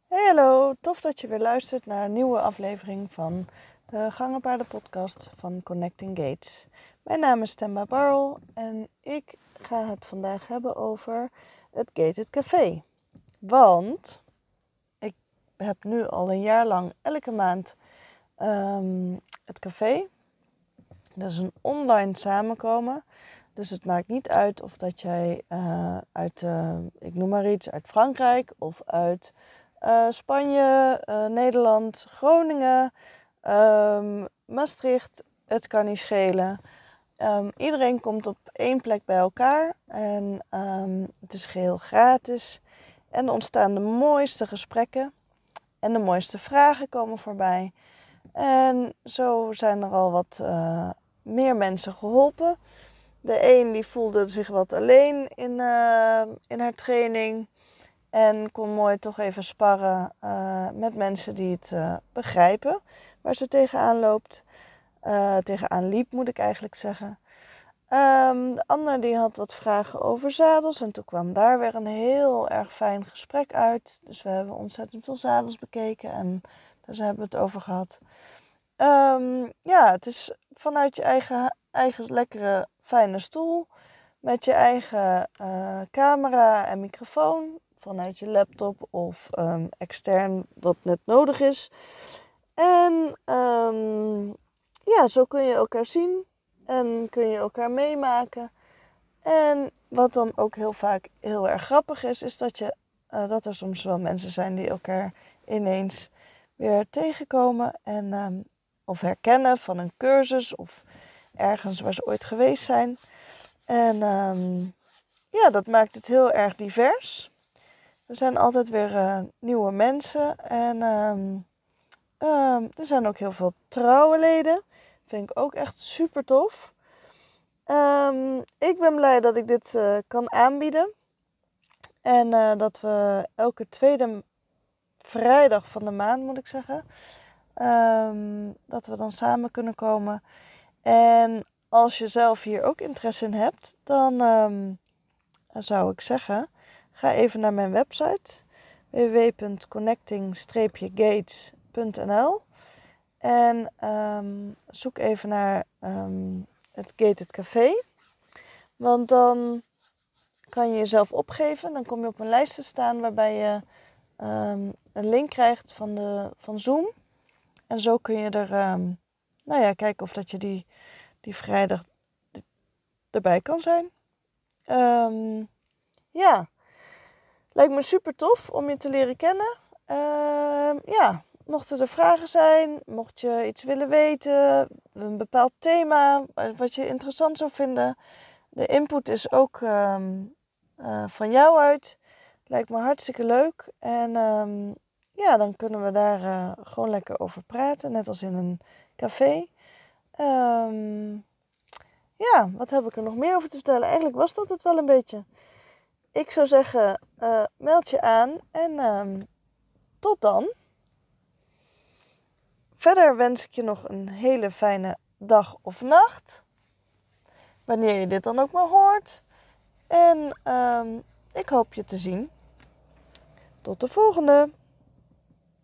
Hey, hallo, tof dat je weer luistert naar een nieuwe aflevering van de Gangenpaarden podcast van Connecting Gates. Mijn naam is Temba Barrel en ik ga het vandaag hebben over het Gated Café. Want ik heb nu al een jaar lang elke maand het café. Dat is een online samenkomen. Dus het maakt niet uit of dat jij uit, ik noem maar iets, uit Frankrijk of uit Spanje, Nederland, Groningen, Maastricht. Het kan niet schelen. Iedereen komt op één plek bij elkaar en het is geheel gratis. En er ontstaan de mooiste gesprekken en de mooiste vragen komen voorbij. En zo zijn er al wat meer mensen geholpen. De een die voelde zich wat alleen in haar training. En kon mooi toch even sparren met mensen die het begrijpen. Waar ze tegenaan loopt. Tegenaan liep moet ik eigenlijk zeggen. De ander die had wat vragen over zadels. En toen kwam daar weer een heel erg fijn gesprek uit. Dus we hebben ontzettend veel zadels bekeken. En daar hebben we het over gehad. Ja, het is vanuit je eigen lekkere fijne stoel. Met je eigen camera en microfoon. Vanuit je laptop of extern wat net nodig is. En ja, zo kun je elkaar zien. En kun je elkaar meemaken. En wat dan ook heel vaak heel erg grappig is dat er soms wel mensen zijn die elkaar ineens weer tegenkomen. En of herkennen van een cursus of ergens waar ze ooit geweest zijn. En ja, dat maakt het heel erg divers. Er zijn altijd weer nieuwe mensen. En er zijn ook heel veel trouwe leden. Vind ik ook echt super tof. Ik ben blij dat ik dit kan aanbieden. En dat we elke tweede vrijdag van de maand, moet ik zeggen, dat we dan samen kunnen komen. En als je zelf hier ook interesse in hebt, dan zou ik zeggen, ga even naar mijn website www.connecting-gates.nl en zoek even naar het Gated Café. Want dan kan je jezelf opgeven. Dan kom je op een lijst te staan waarbij je een link krijgt van Zoom. En zo kun je er kijken of dat je die vrijdag erbij kan zijn. Ja, lijkt me super tof om je te leren kennen. Ja, mochten er vragen zijn, mocht je iets willen weten, een bepaald thema wat je interessant zou vinden. De input is ook van jou uit. Lijkt me hartstikke leuk. En ja, dan kunnen we daar gewoon lekker over praten, net als in een café. Ja, wat heb ik er nog meer over te vertellen? Eigenlijk was dat het wel een beetje. Ik zou zeggen, meld je aan en tot dan. Verder wens ik je nog een hele fijne dag of nacht. Wanneer je dit dan ook maar hoort. En ik hoop je te zien. Tot de volgende!